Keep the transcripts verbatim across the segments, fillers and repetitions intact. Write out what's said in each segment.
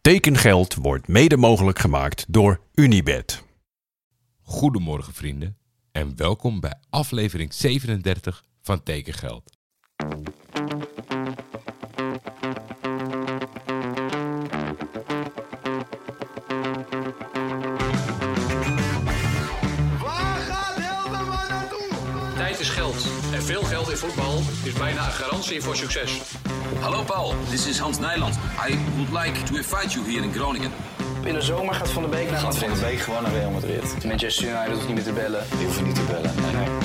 Tekengeld wordt mede mogelijk gemaakt door Unibet. Goedemorgen vrienden en welkom bij aflevering zevenendertig van Tekengeld. Tijd is geld en veel geld in voetbal is bijna een garantie voor succes. Hallo Paul, this is Hans Nijland. I would like to invite you here in Groningen. In de zomer gaat Van der Beek naar Gaat Madrid. Van der Beek gewoon naar Real Madrid. Manchester United hoeft niet meer te bellen. Die hoeven niet te bellen. Nee, nee.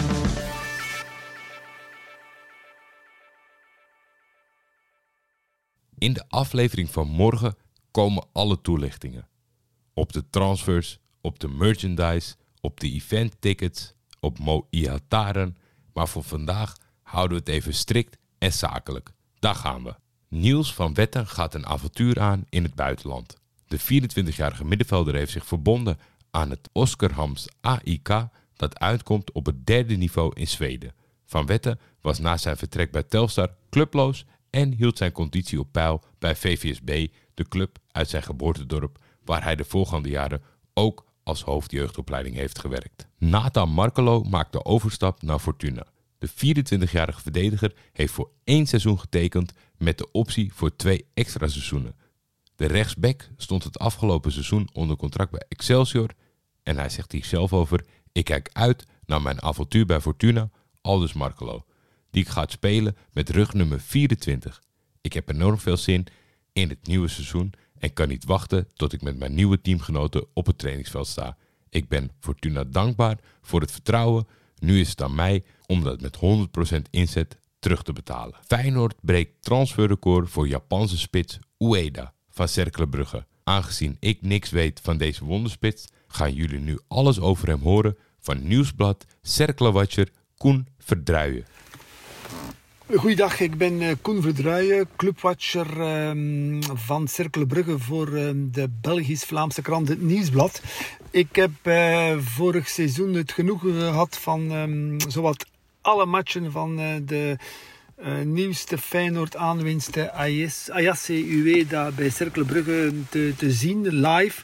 In de aflevering van morgen komen alle toelichtingen. Op de transfers, op de merchandise, op de eventtickets, op Mo Ihataren. Maar voor vandaag houden we het even strikt en zakelijk. Daar gaan we. Niels van Wetten gaat een avontuur aan in het buitenland. De vierentwintigjarige middenvelder heeft zich verbonden aan het Oskarshamns A I K dat uitkomt op het derde niveau in Zweden. Van Wetten was na zijn vertrek bij Telstar clubloos en hield zijn conditie op peil bij V V S B, de club uit zijn geboortedorp waar hij de voorgaande jaren ook als hoofdjeugdopleiding heeft gewerkt. Nathan Markelo maakt de overstap naar Fortuna. De vierentwintigjarige verdediger heeft voor één seizoen getekend met de optie voor twee extra seizoenen. De rechtsback stond het afgelopen seizoen onder contract bij Excelsior en hij zegt hier zelf over: ik kijk uit naar mijn avontuur bij Fortuna, aldus Markelo, die ik ga spelen met rugnummer vierentwintig. Ik heb enorm veel zin in het nieuwe seizoen en kan niet wachten tot ik met mijn nieuwe teamgenoten op het trainingsveld sta. Ik ben Fortuna dankbaar voor het vertrouwen. Nu is het aan mij om dat met honderd procent inzet terug te betalen. Feyenoord breekt transferrecord voor Japanse spits Ueda van Cercle Brugge. Aangezien ik niks weet van deze wonderspits, gaan jullie nu alles over hem horen van Nieuwsblad Cercle-watcher Koen Verdruijen. Goeiedag, ik ben uh, Koen Verdruijen, clubwatcher uh, van Cercle Brugge voor uh, de Belgisch-Vlaamse krant Het Nieuwsblad. Ik heb uh, vorig seizoen het genoegen gehad van um, zowat alle matchen van uh, de uh, nieuwste Feyenoord-aanwinsten Ayase Ueda bij Cercle Brugge te, te zien live.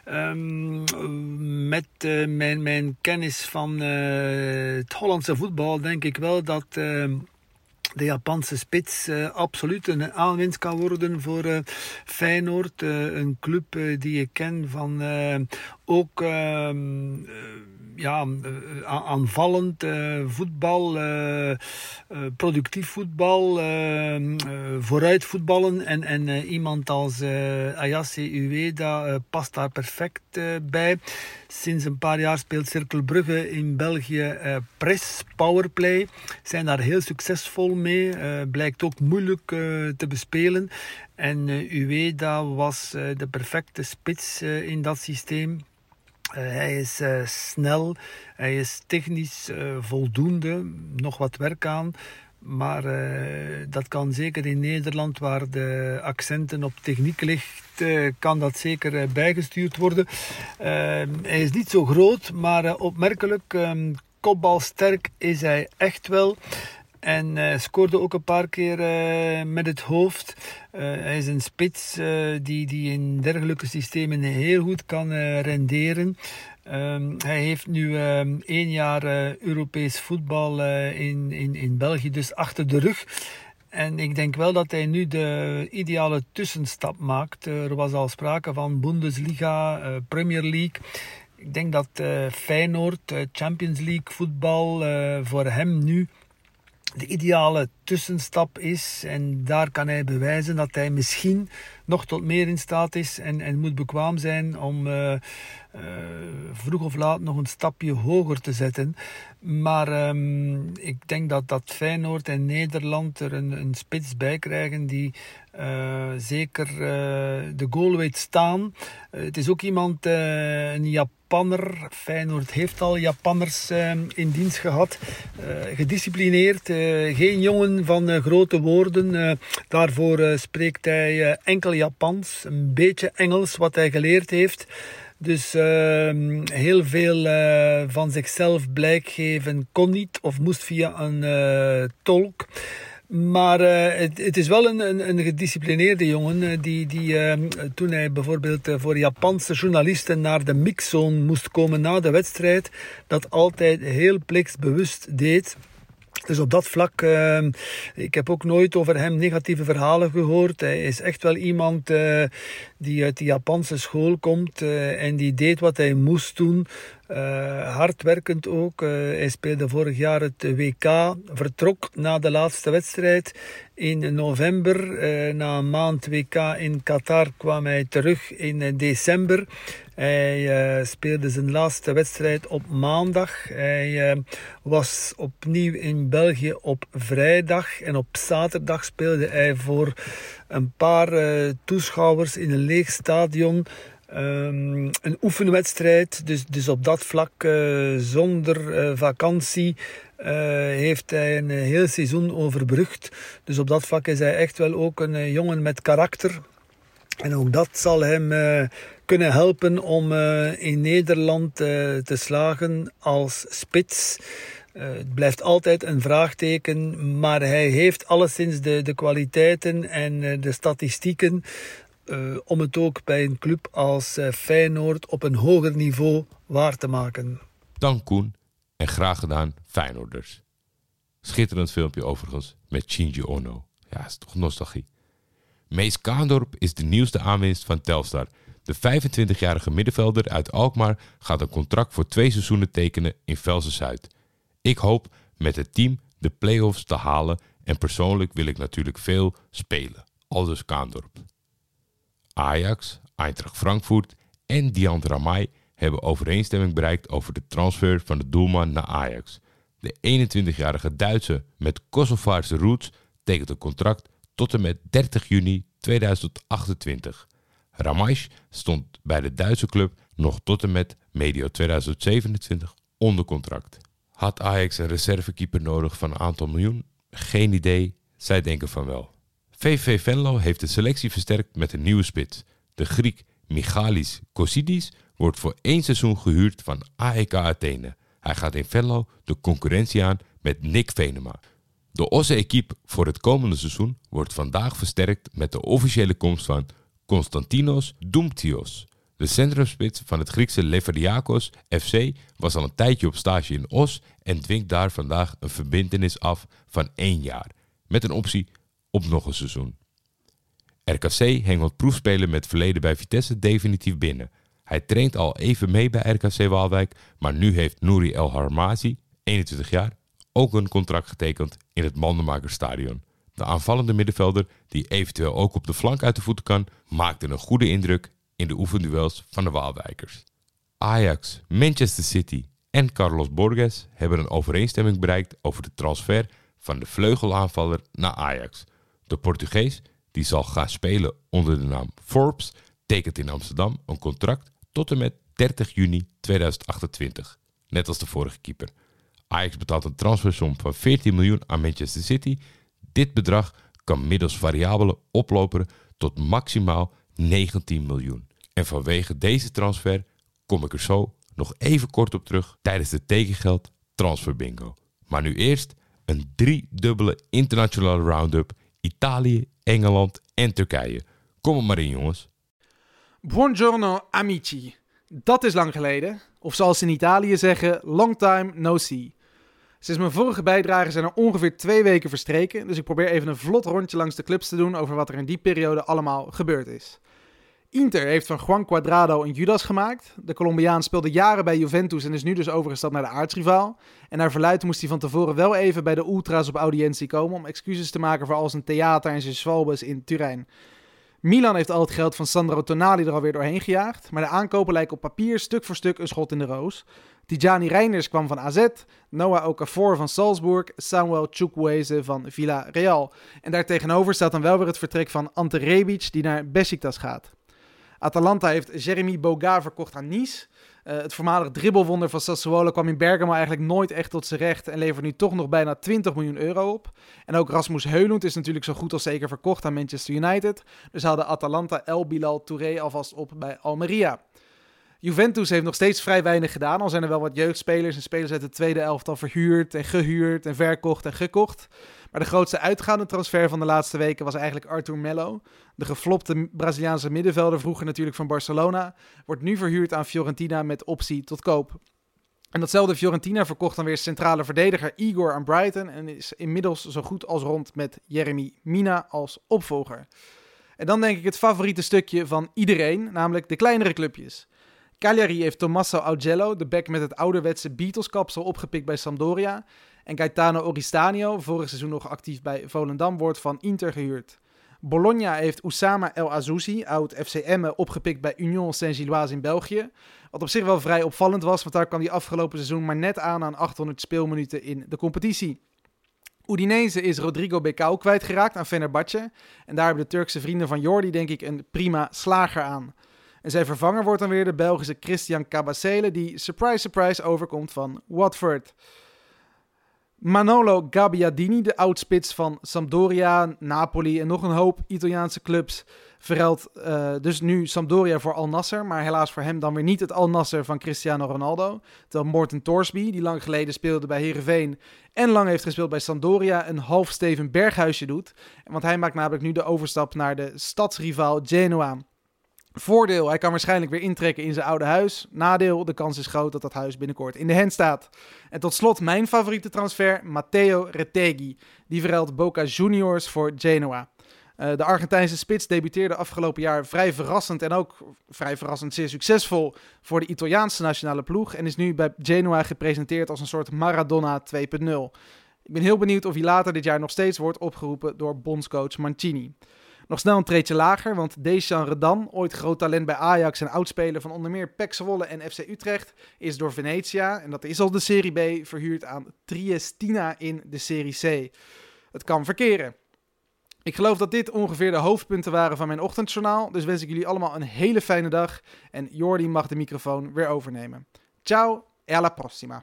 Um, met uh, mijn, mijn kennis van uh, het Hollandse voetbal denk ik wel dat Uh, de Japanse spits uh, absoluut een aanwinst kan worden voor uh, Feyenoord. Uh, een club uh, die ik ken van uh, ook uh, uh, ja, uh, aanvallend uh, voetbal, uh, uh, productief voetbal, uh, uh, vooruit voetballen. En, en uh, iemand als uh, Ayase Ueda uh, past daar perfect uh, bij. Sinds een paar jaar speelt Cercle Brugge in België uh, press, powerplay. Zijn daar heel succesvol mee. Uh, blijkt ook moeilijk uh, te bespelen. En uh, Ueda was uh, de perfecte spits uh, in dat systeem. Uh, hij is uh, snel, hij is technisch uh, voldoende, nog wat werk aan. Maar uh, dat kan zeker in Nederland, waar de accenten op techniek ligt, uh, kan dat zeker uh, bijgestuurd worden. Uh, hij is niet zo groot, maar uh, opmerkelijk, um, kopbalsterk is hij echt wel. En uh, scoorde ook een paar keer uh, met het hoofd. Uh, hij is een spits uh, die, die in dergelijke systemen heel goed kan uh, renderen. Um, hij heeft nu uh, één jaar uh, Europees voetbal uh, in, in, in België dus achter de rug. En ik denk wel dat hij nu de ideale tussenstap maakt. Uh, er was al sprake van Bundesliga, uh, Premier League. Ik denk dat uh, Feyenoord, uh, Champions League voetbal uh, voor hem nu de ideale tussenstap is. En daar kan hij bewijzen dat hij misschien nog tot meer in staat is en, en moet bekwaam zijn om uh, uh, vroeg of laat nog een stapje hoger te zetten. Maar um, ik denk dat, dat Feyenoord en Nederland er een, een spits bij krijgen die uh, zeker uh, de goal weet staan. Uh, het is ook iemand, uh, een Japanner. Feyenoord heeft al Japanners uh, in dienst gehad. Uh, gedisciplineerd, uh, geen jongen van uh, grote woorden. Uh, daarvoor uh, spreekt hij uh, enkel Japans, een beetje Engels wat hij geleerd heeft. Dus uh, heel veel uh, van zichzelf blijk geven kon niet of moest via een uh, tolk. Maar uh, het, het is wel een, een, een gedisciplineerde jongen. Uh, die, die uh, toen hij bijvoorbeeld uh, voor Japanse journalisten naar de mixzone moest komen na de wedstrijd, dat altijd heel plichtsbewust deed. Dus op dat vlak, uh, ik heb ook nooit over hem negatieve verhalen gehoord. Hij is echt wel iemand uh, die uit de Japanse school komt uh, en die deed wat hij moest doen. Uh, hardwerkend ook. Uh, hij speelde vorig jaar het W K, vertrok na de laatste wedstrijd in november. Uh, na een maand W K in Qatar kwam hij terug in uh, december. Hij uh, speelde zijn laatste wedstrijd op maandag. Hij uh, was opnieuw in België op vrijdag. En op zaterdag speelde hij voor een paar uh, toeschouwers in een leeg stadion. Um, een oefenwedstrijd. Dus, dus op dat vlak, uh, zonder uh, vakantie, uh, heeft hij een heel seizoen overbrugd. Dus op dat vlak is hij echt wel ook een uh, jongen met karakter. En ook dat zal hem uh, kunnen helpen om uh, in Nederland uh, te slagen als spits. Uh, het blijft altijd een vraagteken, maar hij heeft alleszins de, de kwaliteiten en uh, de statistieken uh, om het ook bij een club als uh, Feyenoord op een hoger niveau waar te maken. Dank Koen en graag gedaan Feyenoorders. Schitterend filmpje overigens met Shinji Ono. Ja, is toch nostalgie. Mees Kaandorp is de nieuwste aanwinst van Telstar. De vijfentwintigjarige middenvelder uit Alkmaar gaat een contract voor twee seizoenen tekenen in Velsen-Zuid. Ik hoop met het team de play-offs te halen en persoonlijk wil ik natuurlijk veel spelen. Aldus Kaandorp. Ajax, Eintracht Frankfurt en Dian Ramay hebben overeenstemming bereikt over de transfer van de doelman naar Ajax. De eenentwintigjarige Duitse met Kosovaarse roots tekent een contract tot en met dertig juni tweeduizend achtentwintig. Ramay stond bij de Duitse club nog tot en met medio tweeduizend zevenentwintig onder contract. Had Ajax een reservekeeper nodig van een aantal miljoen? Geen idee, zij denken van wel. V V Venlo heeft de selectie versterkt met een nieuwe spits. De Griek Michalis Kossidis wordt voor één seizoen gehuurd van A E K Athene. Hij gaat in Venlo de concurrentie aan met Nick Venema. De Osse-equipe voor het komende seizoen wordt vandaag versterkt met de officiële komst van Konstantinos Doumtios. De centrumspits van het Griekse Leferiakos F C was al een tijdje op stage in Os en dwingt daar vandaag een verbintenis af van één jaar, met een optie op nog een seizoen. R K C hengelt proefspelen met verleden bij Vitesse definitief binnen. Hij traint al even mee bij R K C Waalwijk, maar nu heeft Nouri El Harmazi, eenentwintig jaar, ook een contract getekend in het Mandenmakerstadion. De aanvallende middenvelder, die eventueel ook op de flank uit de voeten kan, maakte een goede indruk in de oefenduels van de Waalwijkers. Ajax, Manchester City en Carlos Borges hebben een overeenstemming bereikt over de transfer van de vleugelaanvaller naar Ajax. De Portugees, die zal gaan spelen onder de naam Forbes, tekent in Amsterdam een contract tot en met dertig juni tweeduizend achtentwintig. Net als de vorige keeper. Ajax betaalt een transfersom van veertien miljoen aan Manchester City. Dit bedrag kan middels variabelen oplopen tot maximaal negentien miljoen. En vanwege deze transfer kom ik er zo nog even kort op terug tijdens de tekengeld transfer bingo. Maar nu eerst een driedubbele internationale round-up Italië, Engeland en Turkije. Kom er maar in, jongens. Buongiorno amici. Dat is lang geleden. Of zoals ze in Italië zeggen, long time no see. Sinds mijn vorige bijdrage zijn er ongeveer twee weken verstreken, dus ik probeer even een vlot rondje langs de clubs te doen over wat er in die periode allemaal gebeurd is. Inter heeft van Juan Cuadrado een Judas gemaakt. De Colombiaan speelde jaren bij Juventus en is nu dus overgestapt naar de aartsrivaal. En naar verluidt moest hij van tevoren wel even bij de Ultras op audiëntie komen om excuses te maken voor al zijn theater en zijn schwalbes in Turijn. Milan heeft al het geld van Sandro Tonali er alweer doorheen gejaagd, maar de aankopen lijken op papier stuk voor stuk een schot in de roos. Tijani Reinders kwam van A Z, Noah Okafor van Salzburg, Samuel Chukwueze van Villarreal. En daartegenover staat dan wel weer het vertrek van Ante Rebic die naar Beşiktaş gaat. Atalanta heeft Jeremy Boga verkocht aan Nice. Uh, het voormalig dribbelwonder van Sassuolo kwam in Bergamo eigenlijk nooit echt tot zijn recht en levert nu toch nog bijna twintig miljoen euro op. En ook Rasmus Højlund is natuurlijk zo goed als zeker verkocht aan Manchester United. Dus haalde Atalanta El Bilal Touré alvast op bij Almeria. Juventus heeft nog steeds vrij weinig gedaan, al zijn er wel wat jeugdspelers en spelers uit de tweede elftal verhuurd en gehuurd en verkocht en gekocht. Maar Maar de grootste uitgaande transfer van de laatste weken was eigenlijk Arthur Melo. De geflopte Braziliaanse middenvelder, vroeger natuurlijk van Barcelona, wordt nu verhuurd aan Fiorentina met optie tot koop. En datzelfde Fiorentina verkocht dan weer centrale verdediger Igor aan Brighton en is inmiddels zo goed als rond met Jeremy Mina als opvolger. En dan denk ik het favoriete stukje van iedereen, namelijk de kleinere clubjes. Cagliari heeft Tommaso Augello, de back met het ouderwetse Beatles-kapsel, opgepikt bij Sampdoria. En Gaetano Oristanio, vorig seizoen nog actief bij Volendam, wordt van Inter gehuurd. Bologna heeft Oussama El Azouzzi, oud F C Emmen, opgepikt bij Union Saint-Gilloise in België. Wat op zich wel vrij opvallend was, want daar kwam hij afgelopen seizoen maar net aan aan achthonderd speelminuten in de competitie. Udinese is Rodrigo Becao kwijtgeraakt aan Fenerbahce. En daar hebben de Turkse vrienden van Jordi denk ik een prima slager aan. En zijn vervanger wordt dan weer de Belgische Christian Cabacele, die surprise surprise overkomt van Watford. Manolo Gabbiadini, de oudspits van Sampdoria, Napoli en nog een hoop Italiaanse clubs, verruilt uh, dus nu Sampdoria voor Al Nassr, maar helaas voor hem dan weer niet het Al Nassr van Cristiano Ronaldo. Terwijl Morten Thorsby, die lang geleden speelde bij Heerenveen en lang heeft gespeeld bij Sampdoria, een half Steven Berghuisje doet. Want hij maakt namelijk nu de overstap naar de stadsrivaal Genoa. Voordeel, hij kan waarschijnlijk weer intrekken in zijn oude huis. Nadeel, de kans is groot dat dat huis binnenkort in de hand staat. En tot slot mijn favoriete transfer, Matteo Retegui. Die verruilt Boca Juniors voor Genoa. Uh, de Argentijnse spits debuteerde afgelopen jaar vrij verrassend en ook vrij verrassend zeer succesvol voor de Italiaanse nationale ploeg. En is nu bij Genoa gepresenteerd als een soort Maradona twee punt nul. Ik ben heel benieuwd of hij later dit jaar nog steeds wordt opgeroepen door bondscoach Mancini. Nog snel een treetje lager, want Dejan Redan, ooit groot talent bij Ajax en oudspeler van onder meer P E C Zwolle en F C Utrecht, is door Venetia, en dat is al de Serie B, verhuurd aan Triestina in de Serie C. Het kan verkeren. Ik geloof dat dit ongeveer de hoofdpunten waren van mijn ochtendjournaal, dus wens ik jullie allemaal een hele fijne dag en Jordi mag de microfoon weer overnemen. Ciao e alla prossima.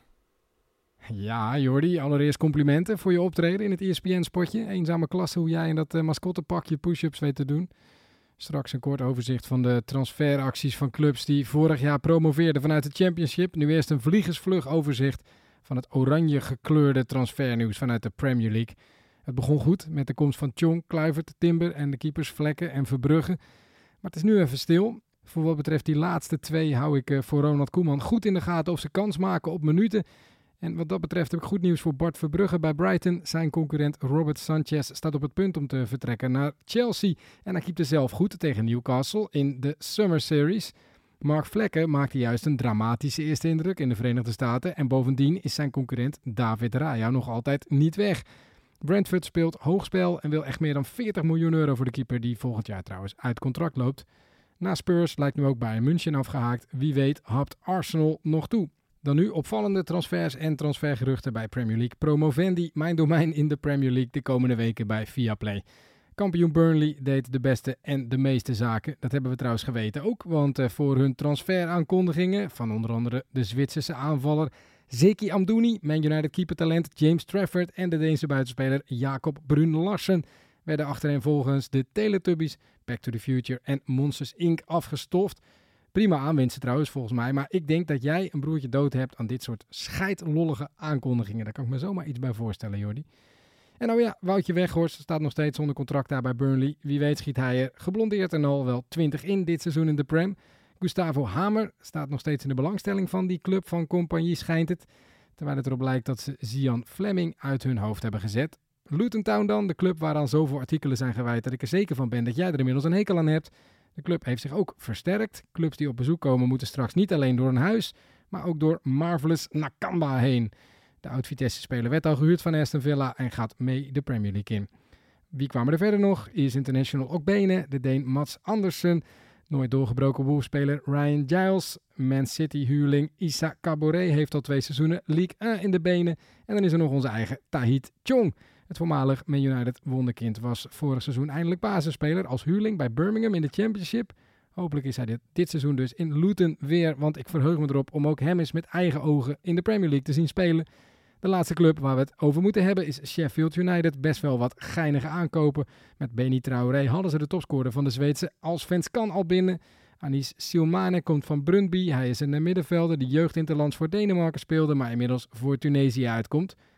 Ja, Jordi, allereerst complimenten voor je optreden in het E S P N-spotje. Eenzame klasse hoe jij in dat uh, mascottepakje push-ups weet te doen. Straks een kort overzicht van de transferacties van clubs die vorig jaar promoveerden vanuit de Championship. Nu eerst een vliegensvlug overzicht van het oranje gekleurde transfernieuws vanuit de Premier League. Het begon goed met de komst van Tjong, Kluivert, Timber en de keepers Vlekken en Verbrugge. Maar het is nu even stil. Voor wat betreft die laatste twee hou ik uh, voor Ronald Koeman goed in de gaten of ze kans maken op minuten. En wat dat betreft heb ik goed nieuws voor Bart Verbrugge bij Brighton. Zijn concurrent Robert Sanchez staat op het punt om te vertrekken naar Chelsea. En hij keepte zelf goed tegen Newcastle in de Summer Series. Mark Vlekken maakte juist een dramatische eerste indruk in de Verenigde Staten. En bovendien is zijn concurrent David Raya nog altijd niet weg. Brentford speelt hoogspel en wil echt meer dan veertig miljoen euro voor de keeper, die volgend jaar trouwens uit contract loopt. Na Spurs lijkt nu ook Bayern München afgehaakt. Wie weet hapt Arsenal nog toe. Dan nu opvallende transfers en transfergeruchten bij Premier League. Promovendi, mijn domein in de Premier League de komende weken bij Viaplay. Kampioen Burnley deed de beste en de meeste zaken. Dat hebben we trouwens geweten ook, want uh, voor hun transferaankondigingen van onder andere de Zwitserse aanvaller Zeki Amdouni, Man United keepertalent James Trafford en de Deense buitenspeler Jacob Brun Larsen werden achtereenvolgens de Teletubbies, Back to the Future en Monsters incorporated afgestoft. Prima aanwinsten trouwens volgens mij, maar ik denk dat jij een broertje dood hebt aan dit soort scheidlollige aankondigingen. Daar kan ik me zomaar iets bij voorstellen, Jordi. En nou ja, Woutje Weghorst staat nog steeds zonder contract daar bij Burnley. Wie weet schiet hij er geblondeerd en al wel twintig in dit seizoen in de Prem. Gustavo Hamer staat nog steeds in de belangstelling van die club van Compagnie, schijnt het. Terwijl het erop lijkt dat ze Zian Fleming uit hun hoofd hebben gezet. Luton Town dan, de club waaraan zoveel artikelen zijn gewijd dat ik er zeker van ben dat jij er inmiddels een hekel aan hebt. De club heeft zich ook versterkt. Clubs die op bezoek komen moeten straks niet alleen door een huis, maar ook door Marvelous Nakamba heen. De oud-Vitesse-speler werd al gehuurd van Aston Villa en gaat mee de Premier League in. Wie kwamen er verder nog? Is international Okbene, de Deen Mats Andersen, nooit doorgebroken Wolves-speler Ryan Giles, Man City-huurling Issa Kabore heeft al twee seizoenen Ligue één in de benen. En dan is er nog onze eigen Tahith Chong. Het voormalig Man United wonderkind was vorig seizoen eindelijk basisspeler als huurling bij Birmingham in de Championship. Hopelijk is hij dit, dit seizoen dus in Luton weer, want ik verheug me erop om ook hem eens met eigen ogen in de Premier League te zien spelen. De laatste club waar we het over moeten hebben is Sheffield United. Best wel wat geinige aankopen. Met Beni Traoré hadden ze de topscorer van de Zweedse Allsvenskan al binnen. Anis Silmane komt van Brøndby. Hij is een middenvelder die jeugdinterlands voor Denemarken speelde, maar inmiddels voor Tunesië uitkomt.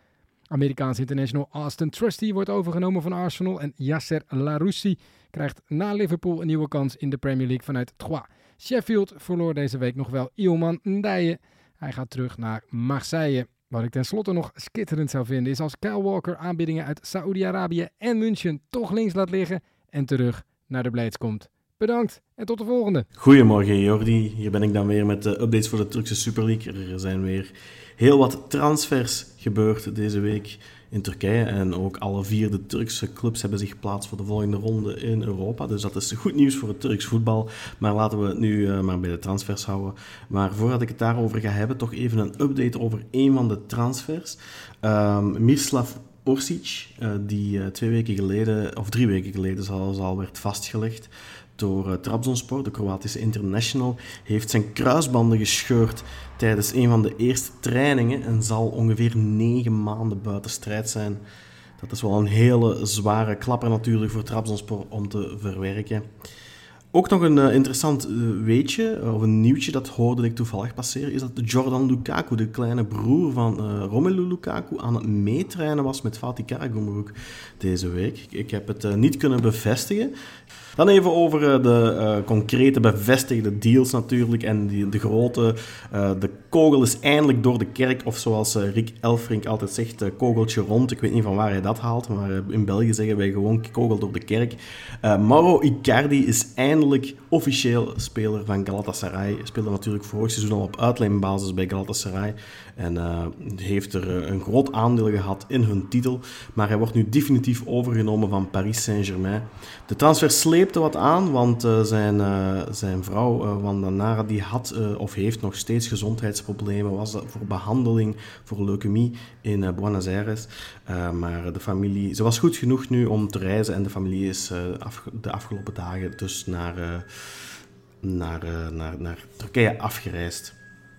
Amerikaanse international Austin Trusty wordt overgenomen van Arsenal. En Yasser Laroussi krijgt na Liverpool een nieuwe kans in de Premier League vanuit Troyes. Sheffield verloor deze week nog wel Ioman Ndiaye. Hij gaat terug naar Marseille. Wat ik tenslotte nog schitterend zou vinden is als Kyle Walker aanbiedingen uit Saoedi-Arabië en München toch links laat liggen en terug naar de Blades komt. Bedankt en tot de volgende. Goedemorgen Jordi, hier ben ik dan weer met de updates voor de Turkse Super League. Er zijn weer heel wat transfers gebeurd deze week in Turkije en ook alle vier de Turkse clubs hebben zich geplaatst voor de volgende ronde in Europa. Dus dat is goed nieuws voor het Turks voetbal, maar laten we het nu uh, maar bij de transfers houden. Maar voordat ik het daarover ga hebben, toch even een update over één van de transfers. Um, Miroslav Orsic, uh, die uh, twee weken geleden, of drie weken geleden zelfs al werd vastgelegd door uh, Trabzonspor, de Kroatische international, heeft zijn kruisbanden gescheurd tijdens een van de eerste trainingen en zal ongeveer negen maanden buiten strijd zijn. Dat is wel een hele zware klapper natuurlijk voor Trabzonspor om te verwerken. Ook nog een uh, interessant uh, weetje, uh, of een nieuwtje, dat hoorde ik toevallig passeren, is dat Jordan Lukaku, de kleine broer van uh, Romelu Lukaku, aan het meetrainen was met Fatih Karagümrük deze week. Ik heb het uh, niet kunnen bevestigen. Dan even over uh, de uh, concrete bevestigde deals natuurlijk en die, de grote, uh, de kogel is eindelijk door de kerk, of zoals uh, Rick Elfrink altijd zegt, uh, kogeltje rond. Ik weet niet van waar hij dat haalt, maar uh, in België zeggen wij gewoon kogel door de kerk. Uh, Mauro Icardi is eindelijk officieel speler van Galatasaray. Hij speelde natuurlijk vorig seizoen al op uitleenbasis bij Galatasaray en uh, heeft er uh, een groot aandeel gehad in hun titel, maar hij wordt nu definitief overgenomen van Paris Saint-Germain. De transfer sleepte wat aan, want uh, zijn, uh, zijn vrouw uh, Wanda Nara die had uh, of heeft nog steeds gezondheidsproblemen, was voor behandeling voor leukemie in uh, Buenos Aires, uh, maar de familie, ze was goed genoeg nu om te reizen en de familie is uh, af, de afgelopen dagen dus naar, uh, naar, uh, naar, naar Turkije afgereisd.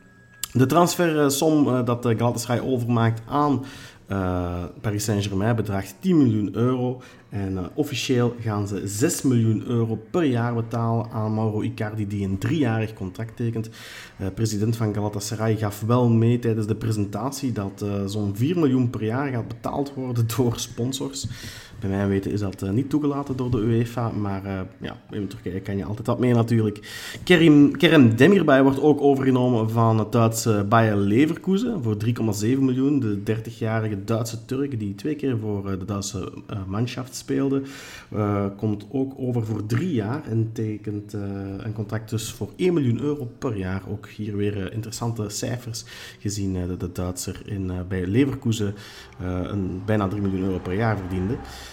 De transfersom uh, dat uh, Galatasaray overmaakt aan Uh, Paris Saint-Germain bedraagt tien miljoen euro en uh, officieel gaan ze zes miljoen euro per jaar betalen aan Mauro Icardi, die een driejarig contract tekent. Uh, president van Galatasaray gaf wel mee tijdens de presentatie dat uh, zo'n vier miljoen per jaar gaat betaald worden door sponsors. Bij mijn weten is dat uh, niet toegelaten door de UEFA, maar uh, ja, in Turkije kan je altijd wat mee natuurlijk. Kerem, Kerem Demirbay wordt ook overgenomen van het Duitse Bayer Leverkusen voor drie komma zeven miljoen. De dertigjarige Duitse Turk die twee keer voor uh, de Duitse uh, Mannschaft speelde, uh, komt ook over voor drie jaar en tekent uh, een contract dus voor één miljoen euro per jaar. Ook hier weer uh, interessante cijfers gezien uh, de, de Duitser in, uh, bij Leverkusen uh, een, bijna drie miljoen euro per jaar verdiende.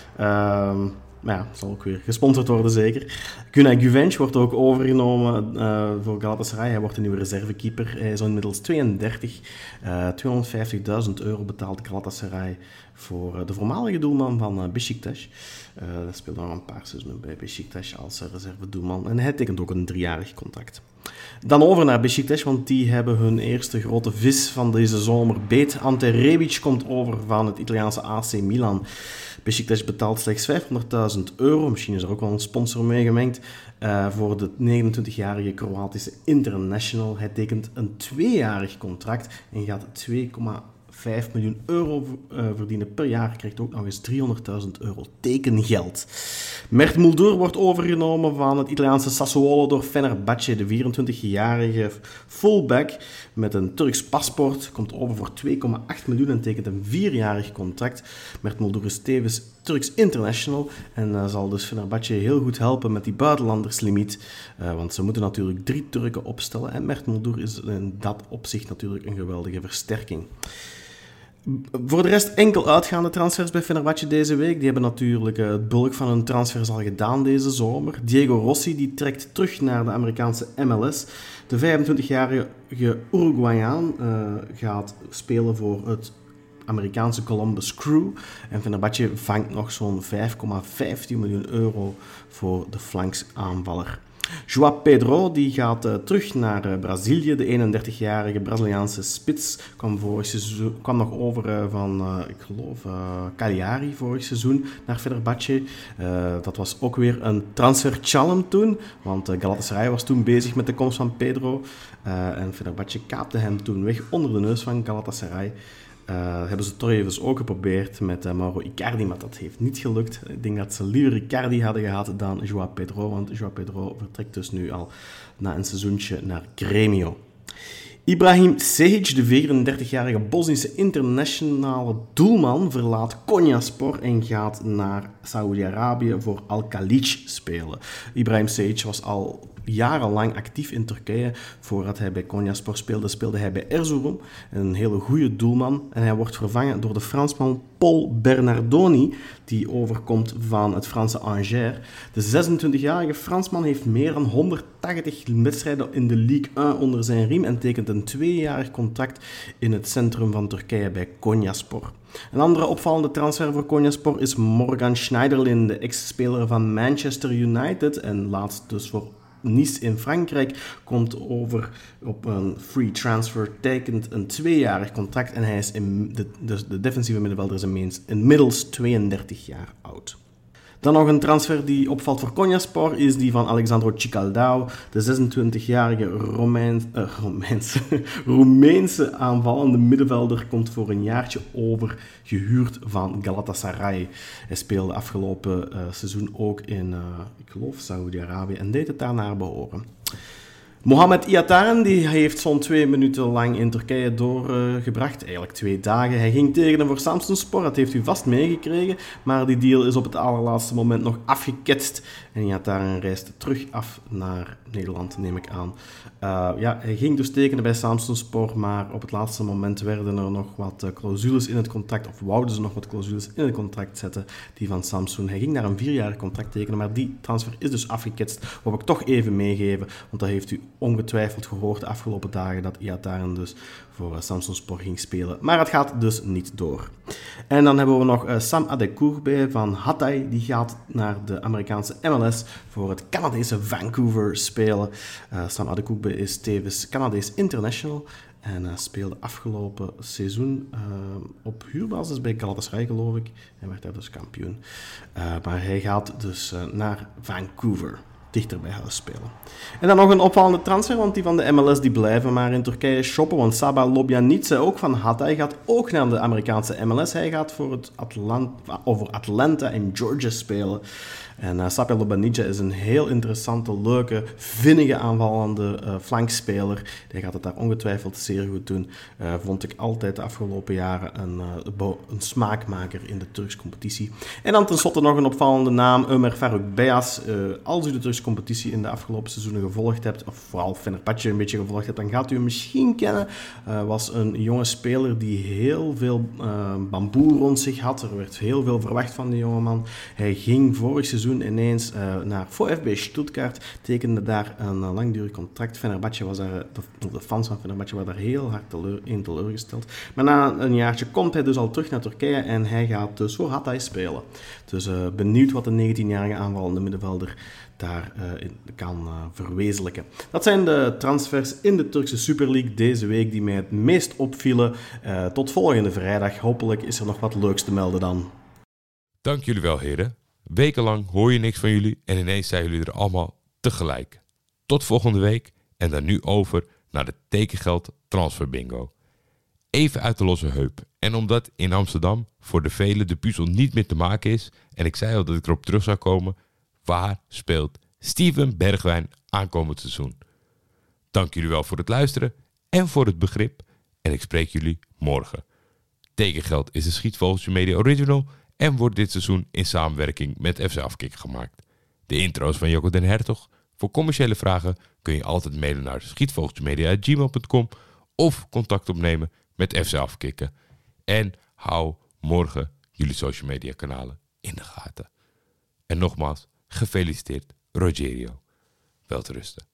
Uh, maar ja, zal ook weer gesponsord worden zeker. Günay Güvenç wordt ook overgenomen uh, voor Galatasaray. Hij wordt een nieuwe reservekeeper. Hij is inmiddels tweeëndertig. Uh, tweehonderdvijftigduizend euro betaalt Galatasaray voor uh, de voormalige doelman van uh, Beşiktaş. Uh, hij speelde al een paar seizoenen bij Beşiktaş als uh, reservedoelman. En hij tekent ook een driejarig contract. Dan over naar Beşiktaş, want die hebben hun eerste grote vis van deze zomer beet. Ante Rebic komt over van het Italiaanse A C Milan. Beşiktaş betaalt slechts vijfhonderdduizend euro, misschien is er ook wel een sponsor mee gemengd, uh, voor de negenentwintigjarige Kroatische international. Hij tekent een tweejarig contract en gaat twee komma vijf miljoen euro uh, verdienen per jaar, krijgt ook nog eens driehonderdduizend euro tekengeld. Mert Muldur wordt overgenomen van het Italiaanse Sassuolo door Fenerbahce. De vierentwintigjarige fullback met een Turks paspoort komt over voor twee komma acht miljoen en tekent een vierjarig contract. Mert Muldur is tevens Turks international en uh, zal dus Fenerbahce heel goed helpen met die buitenlanderslimiet, uh, want ze moeten natuurlijk drie Turken opstellen en Mert Muldur is in dat opzicht natuurlijk een geweldige versterking. Voor de rest enkel uitgaande transfers bij Fenerbahce deze week. Die hebben natuurlijk het bulk van hun transfers al gedaan deze zomer. Diego Rossi die trekt terug naar de Amerikaanse M L S. De vijfentwintigjarige Uruguayaan uh, gaat spelen voor het Amerikaanse Columbus Crew. En Fenerbahce vangt nog zo'n vijf komma vijftien miljoen euro voor de flanksaanvaller. João Pedro die gaat uh, terug naar uh, Brazilië. De eenendertigjarige Braziliaanse spits kwam, vorig seizoen, kwam nog over uh, van, uh, ik geloof, uh, Cagliari vorig seizoen naar Fenerbahce. Uh, dat was ook weer een transfer challenge toen, want uh, Galatasaray was toen bezig met de komst van Pedro. Uh, en Fenerbahce kaapte hem toen weg onder de neus van Galatasaray. Uh, hebben ze toch even ook geprobeerd met uh, Mauro Icardi, maar dat heeft niet gelukt. Ik denk dat ze liever Icardi hadden gehad dan João Pedro, want João Pedro vertrekt dus nu al na een seizoentje naar Grêmio. Ibrahim Sehic, de vierendertigjarige Bosnische internationale doelman, verlaat Konyaspor en gaat naar Saoedi-Arabië voor Al-Khalij spelen. Ibrahim Sehic was al jarenlang actief in Turkije. Voordat hij bij Konyaspor speelde, speelde hij bij Erzurum. Een hele goede doelman. En hij wordt vervangen door de Fransman Paul Bernardoni, die overkomt van het Franse Angers. De zesentwintigjarige Fransman heeft meer dan honderdtachtig wedstrijden in de Ligue één onder zijn riem en tekent een tweejarig contract in het centrum van Turkije bij Konyaspor. Een andere opvallende transfer voor Konyaspor is Morgan Schneiderlin, de ex-speler van Manchester United en laatst dus voor Nice in Frankrijk, komt over op een free transfer, tekent een tweejarig contract en hij is in de, de, de defensieve middenvelder is inmiddels tweeëndertig jaar oud. Dan nog een transfer die opvalt voor Konyaspor is die van Alexandru Cicaldau, de zesentwintigjarige Romeins, uh, Romeinse, Roemeense aanvallende middenvelder, komt voor een jaartje over, gehuurd van Galatasaray. Hij speelde afgelopen uh, seizoen ook in, uh, ik geloof, Saoedi-Arabië en deed het daar naar behoren. Mohamed Ihataren die heeft zo'n twee minuten lang in Turkije doorgebracht, uh, eigenlijk twee dagen. Hij ging tekenen voor Samsunspor, dat heeft u vast meegekregen, maar die deal is op het allerlaatste moment nog afgeketst. En Ihataren reist terug af naar Nederland, neem ik aan. Uh, ja, hij ging dus tekenen bij Samsunspor, maar op het laatste moment werden er nog wat uh, clausules in het contract, of wouden ze nog wat clausules in het contract zetten, die van Samsung. Hij ging naar een vierjarig contract tekenen, maar die transfer is dus afgeketst. Wou ik toch even meegeven, want dat heeft u ongetwijfeld gehoord de afgelopen dagen, dat Ihataren dus voor uh, Samsunspor ging spelen. Maar het gaat dus niet door. En dan hebben we nog uh, Sam Adekugbe van Hatay, die gaat naar de Amerikaanse M L S voor het Canadese Vancouver spelen. Uh, Sam Adekugbe is tevens Canadees international en uh, speelde afgelopen seizoen uh, op huurbasis bij Galatasaray, geloof ik, en werd daar dus kampioen. Uh, maar hij gaat dus uh, naar Vancouver, dichter bij huis spelen. En dan nog een opvallende transfer, want die van de M L S die blijven maar in Turkije shoppen, want Saba Lobjanice, ook van Hatay, gaat ook naar de Amerikaanse M L S. Hij gaat voor, het Atlanta, over Atlanta en Georgia spelen. En uh, Saba Lobjanice is een heel interessante, leuke, vinnige aanvallende uh, flankspeler. Hij gaat het daar ongetwijfeld zeer goed doen. Uh, vond ik altijd de afgelopen jaren een, uh, een smaakmaker in de Turkse competitie. En dan tenslotte nog een opvallende naam, Ömer Faruk Beyaz. Uh, als u de Turkse competitie in de afgelopen seizoenen gevolgd hebt, of vooral Fenerbahce een beetje gevolgd hebt, dan gaat u hem misschien kennen. Uh, was een jonge speler die heel veel uh, bamboe rond zich had. Er werd heel veel verwacht van die jongeman. Hij ging vorig seizoen ineens uh, naar VfB Stuttgart, tekende daar een uh, langdurig contract. Fenerbahce was daar, de, de fans van Fenerbahce waren daar heel hard teleur, in teleurgesteld. Maar na een jaartje komt hij dus al terug naar Turkije en hij gaat dus voor Hatay spelen. Dus uh, benieuwd wat de negentienjarige aanvallende middenvelder daar uh, in, kan uh, verwezenlijken. Dat zijn de transfers in de Turkse Super League deze week die mij het meest opvielen. Uh, tot volgende vrijdag. Hopelijk is er nog wat leuks te melden dan. Dank jullie wel, heren. Wekenlang hoor je niks van jullie en ineens zijn jullie er allemaal tegelijk. Tot volgende week en dan nu over naar de tekengeld transfer bingo. Even uit de losse heup. En omdat in Amsterdam voor de velen de puzzel niet meer te maken is, en ik zei al dat ik erop terug zou komen, waar speelt Steven Bergwijn aankomend seizoen? Dank jullie wel voor het luisteren en voor het begrip en ik spreek jullie morgen. Tekengeld is een Schietvogeltje Media Original en wordt dit seizoen in samenwerking met F C Afkikken gemaakt. De intro's van Jocko den Hertog. Voor commerciële vragen kun je altijd mailen naar schietvogeltjemedia at gmail dot com of contact opnemen met F C Afkikken. En hou morgen jullie social media kanalen in de gaten. En nogmaals, gefeliciteerd Rogerio. Wel te rusten.